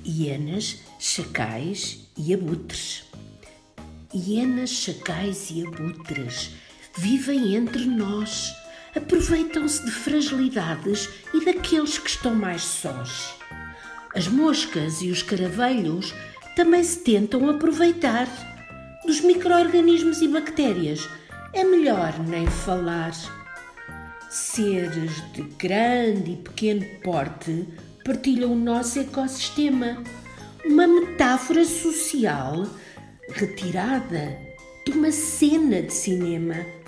hienas, chacais e abutres. Hienas, chacais e abutres vivem entre nós, aproveitam-se de fragilidades e daqueles que estão mais sós. As moscas e os caravelhos também se tentam aproveitar. Dos micro-organismos e bactérias é melhor nem falar. Seres de grande e pequeno porte partilham o nosso ecossistema, uma metáfora social retirada de uma cena de cinema.